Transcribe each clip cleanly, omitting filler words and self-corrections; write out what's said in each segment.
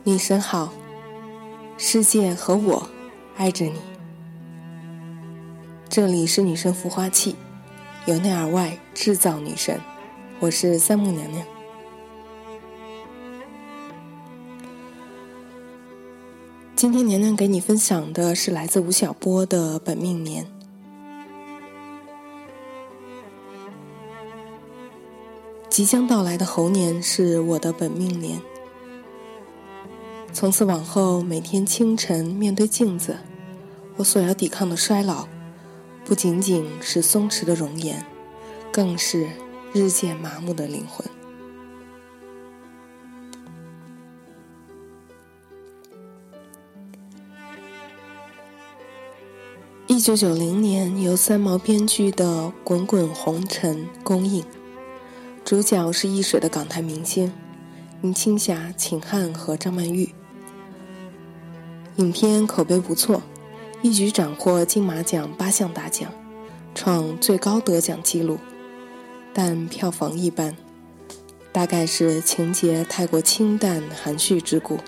女神好，世界和我爱着你。这里是女神孵化器，由内而外制造女神，我是三木娘娘。今天娘娘给你分享的是来自吴晓波的本命年。即将到来的猴年是我的本命年，从此往后，每天清晨面对镜子，我所要抵抗的衰老，不仅仅是松弛的容颜，更是日渐麻木的灵魂。1990年由三毛编剧的《滚滚红尘》公映，主角是易水的港台明星林青霞、秦汉和张曼玉。影片口碑不错，一举斩获金马奖8项大奖，创最高得奖纪录，但票房一般，大概是情节太过清淡含蓄之故。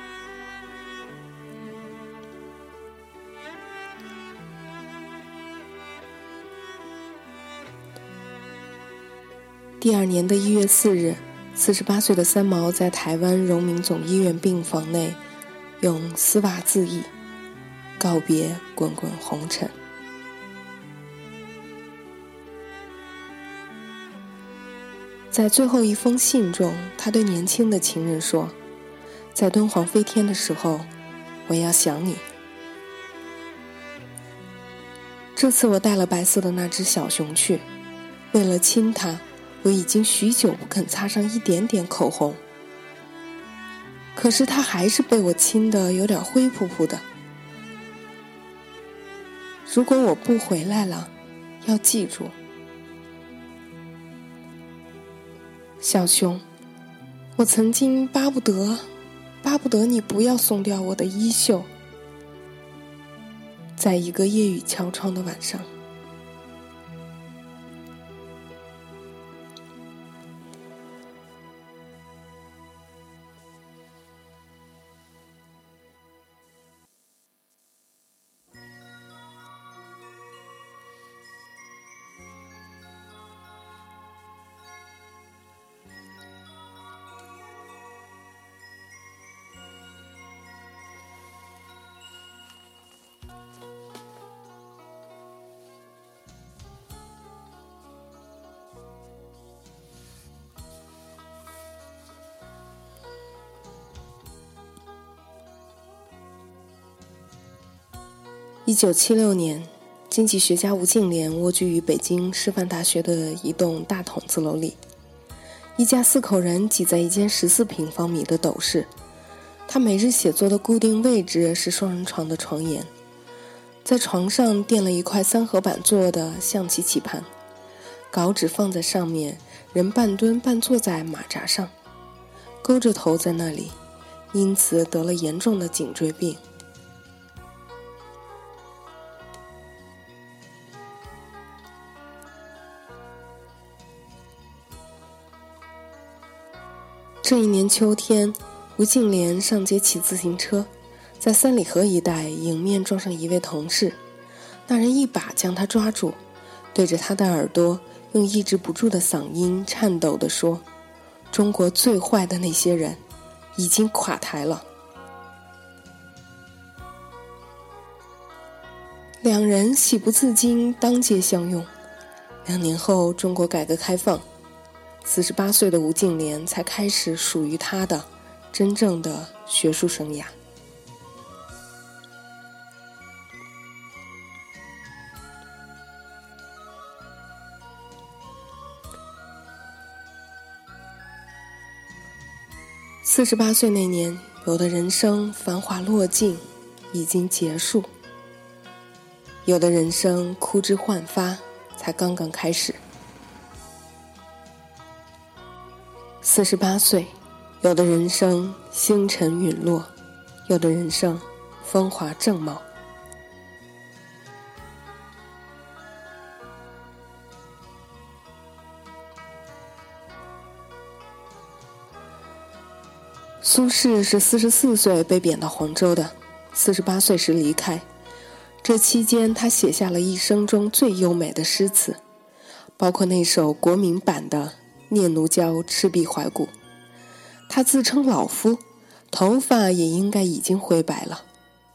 第二年的1月4日，48岁的三毛在台湾荣民总医院病房内用丝袜自缢，告别滚滚红尘。在最后一封信中，他对年轻的情人说，在敦煌飞天的时候，我要想你。这次我带了白色的那只小熊去，为了亲它，我已经许久不肯擦上一点点口红，可是它还是被我亲得有点灰扑扑的。如果我不回来了，要记住，小熊，我曾经巴不得你不要松掉我的衣袖。在一个夜雨敲窗的晚上，1976年，经济学家吴敬琏蜗居于北京师范大学的一栋大筒子楼里，一家4口人挤在一间14平方米的斗室。他每日写作的固定位置是双人床的床沿，在床上垫了一块3合板做的象棋棋盘，稿纸放在上面，人半蹲半坐在马扎上，勾着头在那里，因此得了严重的颈椎病。这一年秋天，吴敬琏上街骑自行车，在三里河一带迎面撞上一位同事，那人一把将他抓住，对着他的耳朵用抑制不住的嗓音颤抖地说，中国最坏的那些人已经垮台了。两人喜不自禁，当街相拥。2年后，中国改革开放，48岁的吴敬琏才开始属于他的真正的学术生涯。48岁那年，有的人生繁华落尽，已经结束；有的人生枯枝焕发，才刚刚开始。48岁，有的人生星辰陨落，有的人生风华正茂。 苏轼是44岁被贬到黄州的，48岁时离开。这期间他写下了一生中最优美的诗词，包括那首国民版的《念奴娇·赤壁怀古》。他自称老夫，头发也应该已经灰白了。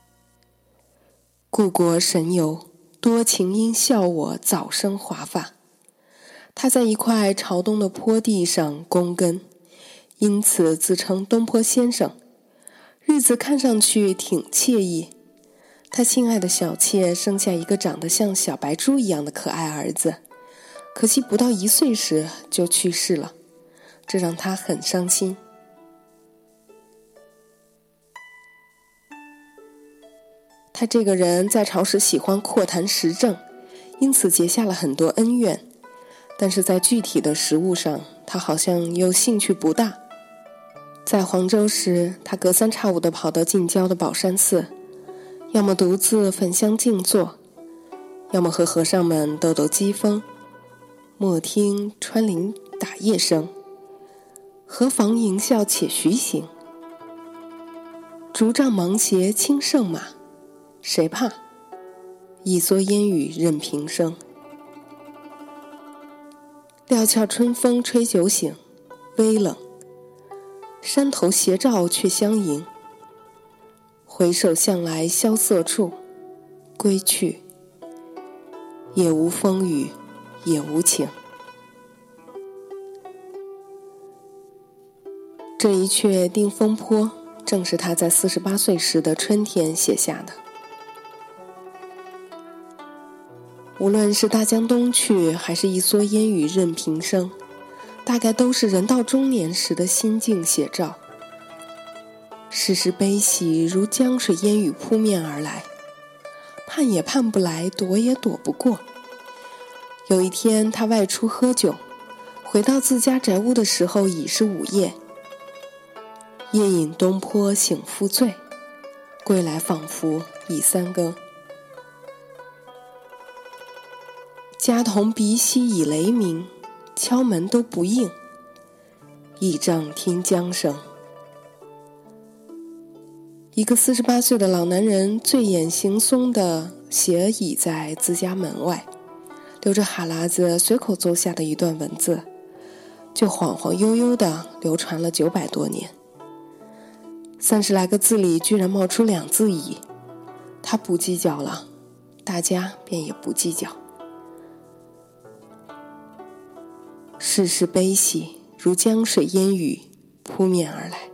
故国神游，多情应笑我早生华发。他在一块朝东的坡地上躬耕，因此自称东坡先生，日子看上去挺惬意。他心爱的小妾生下一个长得像小白猪一样的可爱儿子，可惜不到1岁时就去世了，这让他很伤心。他这个人在朝时喜欢阔谈时政，因此结下了很多恩怨，但是在具体的食物上，他好像又兴趣不大。在黄州时，他隔三差五地跑到近郊的宝山寺，要么独自焚香静坐，要么和和尚们斗斗机锋，莫听穿林打叶声，何妨吟啸且徐行。竹杖芒鞋轻胜马，谁怕？一蓑烟雨任平生。料峭春风吹酒醒，微冷，山头斜照却相迎。回首向来萧瑟处，归去，也无风雨也无晴。这一阙《定风波》正是他在48岁时的春天写下的。无论是大江东去，还是一蓑烟雨任平生，大概都是人到中年时的心境写照。世事悲喜如江水烟雨扑面而来，盼也盼不来，躲也躲不过。有一天他外出喝酒，回到自家宅屋的时候已是午夜。夜饮东坡醒复醉，归来仿佛已3更。家童鼻息已雷鸣，敲门都不应，倚杖听江声。一个48岁的老男人醉眼惺忪地斜倚在自家门外，流着哈喇子随口奏下的一段文字，就晃晃悠悠地流传了900多年。30来个字里居然冒出2字矣，他不计较了，大家便也不计较。世事悲喜如江水烟雨扑面而来。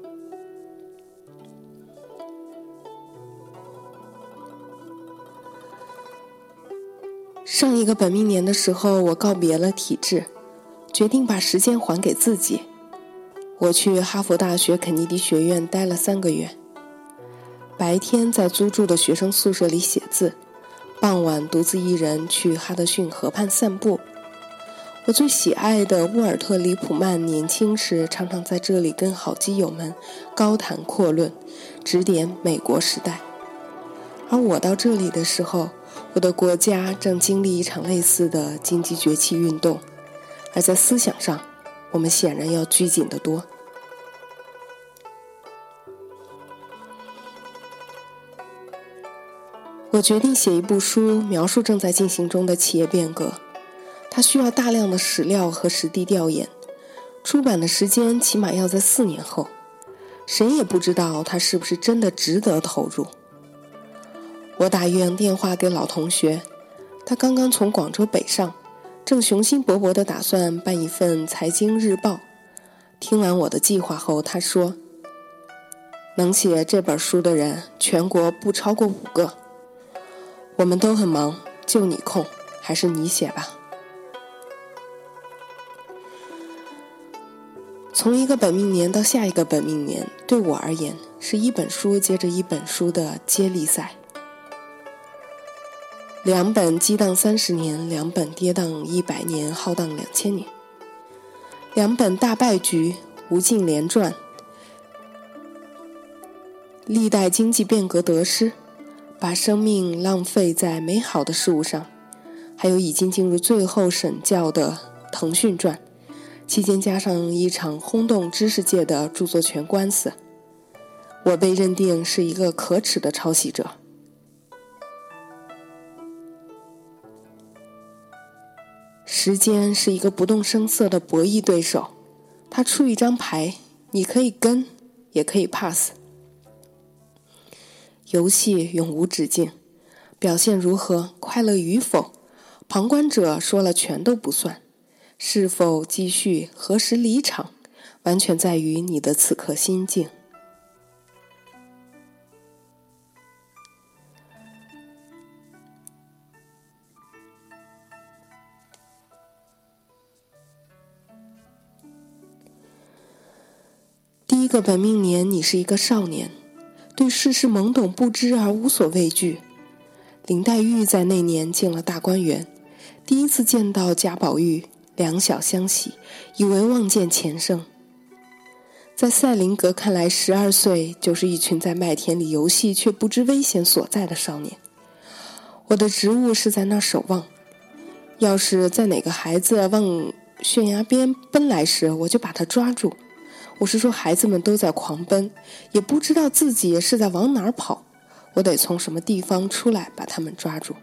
上一个本命年的时候，我告别了体制，决定把时间还给自己。我去哈佛大学肯尼迪学院待了3个月，白天在租住的学生宿舍里写字，傍晚独自一人去哈德逊河畔散步。我最喜爱的沃尔特·里普曼年轻时常常在这里跟好基友们高谈阔论，指点美国时代。而我到这里的时候，我的国家正经历一场类似的经济崛起运动，而在思想上，我们显然要拘谨得多。我决定写一部书，描述正在进行中的企业变革。它需要大量的史料和实地调研，出版的时间起码要在4年后。谁也不知道它是不是真的值得投入。我打1电话给老同学，他刚刚从广州北上，正雄心勃勃地打算办一份财经日报。听完我的计划后，他说，能写这本书的人全国不超过5个。我们都很忙，就你空，还是你写吧。从一个本命年到下一个本命年，对我而言是一本书接着一本书的接力赛。2本激荡30年，2本跌宕100年，浩荡2000年。2本大败局，吴敬琏传，历代经济变革得失，把生命浪费在美好的事物上，还有已经进入最后审教的腾讯传， 期间加上一场轰动知识界的著作权官司，我被认定是一个可耻的抄袭者。时间是一个不动声色的博弈对手，他出一张牌，你可以跟，也可以 pass。游戏永无止境，表现如何，快乐与否，旁观者说了全都不算。是否继续，何时离场，完全在于你的此刻心境。第一个本命年，你是一个少年，对世事懵懂不知而无所畏惧。林黛玉在那年进了大观园，第一次见到贾宝玉，两小相喜，以为望见前生。在赛林格看来，12岁就是一群在麦田里游戏却不知危险所在的少年。我的职务是在那儿守望，要是在哪个孩子往悬崖边奔来时，我就把他抓住。我是说孩子们都在狂奔，也不知道自己是在往哪儿跑，我得从什么地方出来把他们抓住。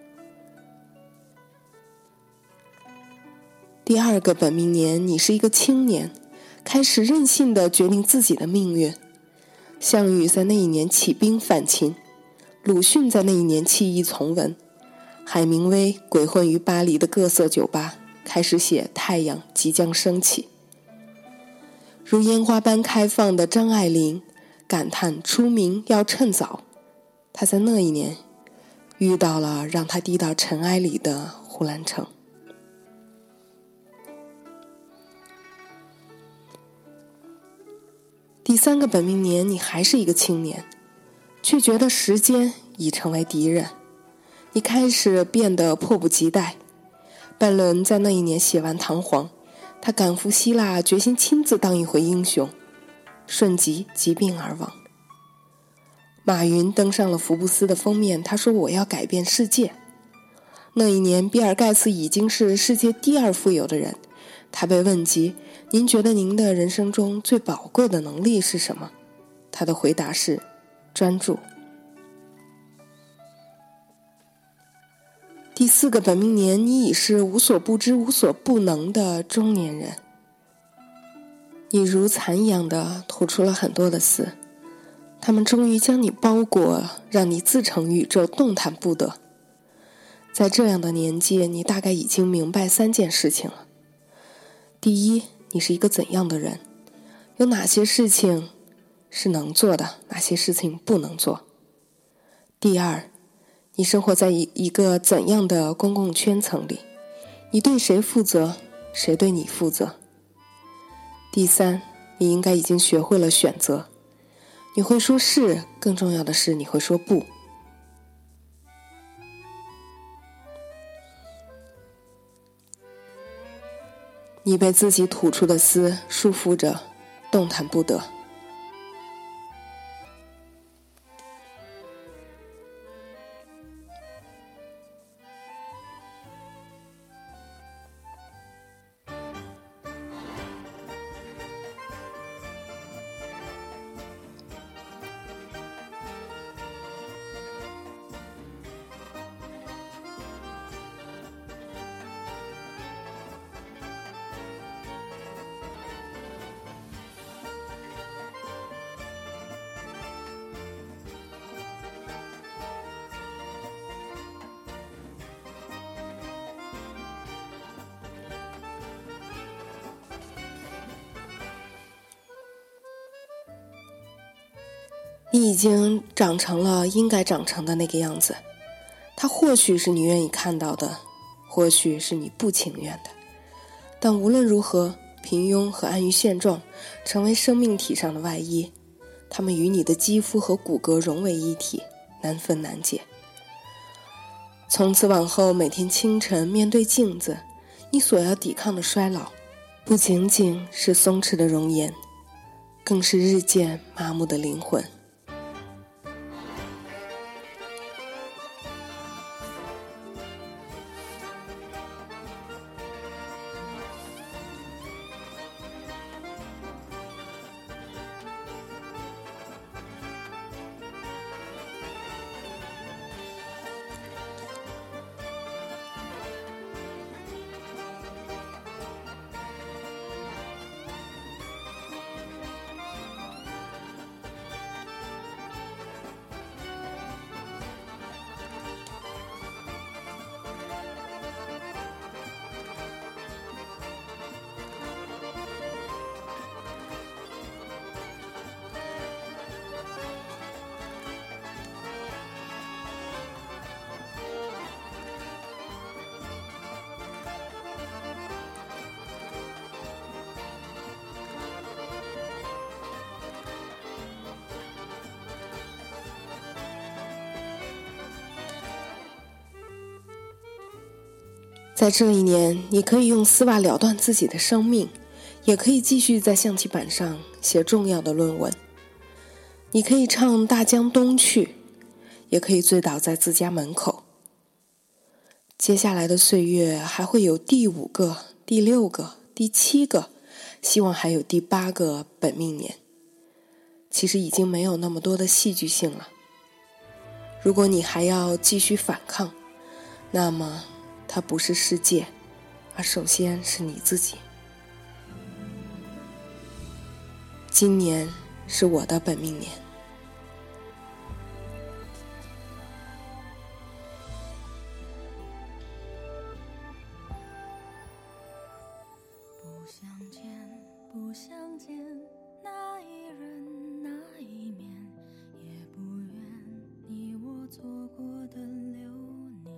第二个本命年，你是一个青年，开始任性地决定自己的命运。项羽在那一年起兵反秦，鲁迅在那一年弃医从文，海明威鬼混于巴黎的各色酒吧，开始写太阳即将升起。如烟花般开放的张爱玲感叹出名要趁早，她在那一年遇到了让她低到尘埃里的胡兰成。第三个本命年，你还是一个青年，却觉得时间已成为敌人，你开始变得迫不及待。拜伦在那一年写完《唐璜》，他赶赴希腊，决心亲自当一回英雄，瞬即疾病而亡。马云登上了福布斯的封面，他说我要改变世界。那一年，比尔盖茨已经是世界第2富有的人，他被问及您觉得您的人生中最宝贵的能力是什么？他的回答是专注。第4个本命年，你已是无所不知无所不能的中年人，你如蚕一样的吐出了很多的丝，它们终于将你包裹，让你自成宇宙，动弹不得。在这样的年纪，你大概已经明白3件事情了。第一，你是一个怎样的人，有哪些事情是能做的，哪些事情不能做。第二，你生活在一个怎样的公共圈层里，你对谁负责，谁对你负责。第三，你应该已经学会了选择，你会说是，更重要的是你会说不。你被自己吐出的丝束缚着，动弹不得。你已经长成了应该长成的那个样子，它或许是你愿意看到的，或许是你不情愿的，但无论如何，平庸和安于现状成为生命体上的外衣，它们与你的肌肤和骨骼融为一体，难分难解。从此往后，每天清晨面对镜子，你所要抵抗的衰老，不仅仅是松弛的容颜，更是日渐麻木的灵魂。 在这一年，你可以用丝袜了断自己的生命，也可以继续在象棋板上写重要的论文。你可以唱《大江东去》，也可以醉倒在自家门口。接下来的岁月还会有第5个、第6个、第7个，希望还有第8个本命年。其实已经没有那么多的戏剧性了。如果你还要继续反抗，那么它不是世界，而首先是你自己。今年是我的本命年。 不相见，不相见，那一人那一面，也不愿你我错过的流年。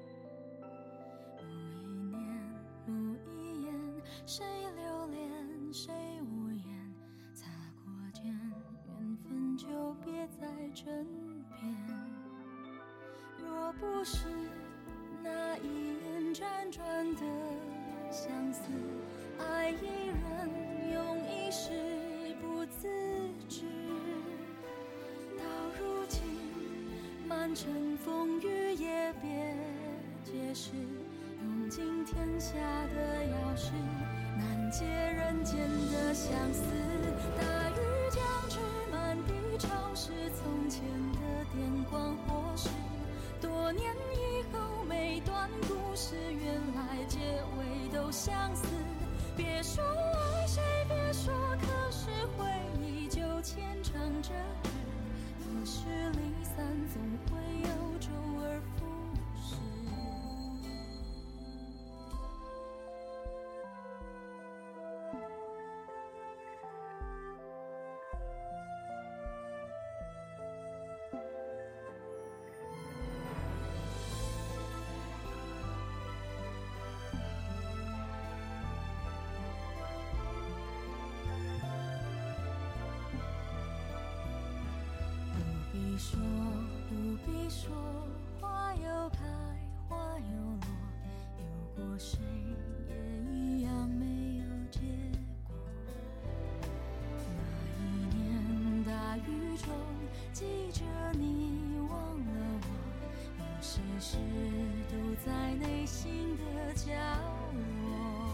某一年，某一眼，谁留恋，谁无言，擦过肩，缘分就别在枕边。若不是那一眼辗转的相思，爱一人用一世不自知。到如今满城风雨也别解释，用尽天下的钥匙，难解人间的相思。大雨将至，满地潮湿，从前的电光火石，多年以后每段故事，原来结尾都相似。别说爱谁，别说可是，回忆就牵肠着纸，得失离散总会有周而复始。不必说，花又开，花又落，有过谁也一样没有结果。那一年大雨中，记着你忘了我，有些事都在内心的角落。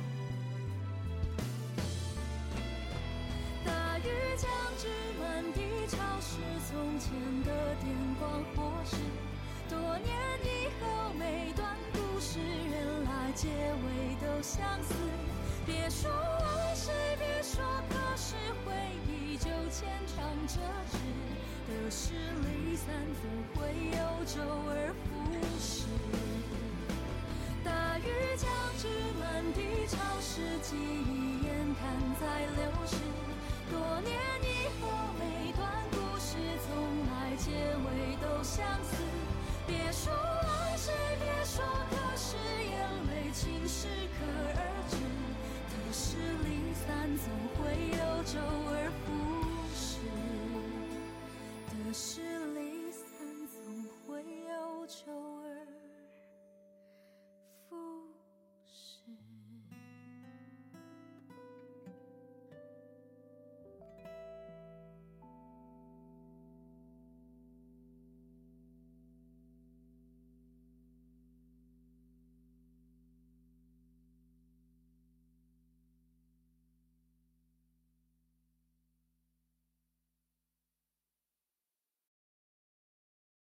大雨将至，满地潮湿，从前的电光火石，多年以后每段故事，原来结尾都相似。别说爱谁，别说可是，回忆就牵肠着纸，得失离散总会有周而复始。大雨将至，满地潮湿，记忆眼看在流逝，多年以后每段故事，从来结尾都相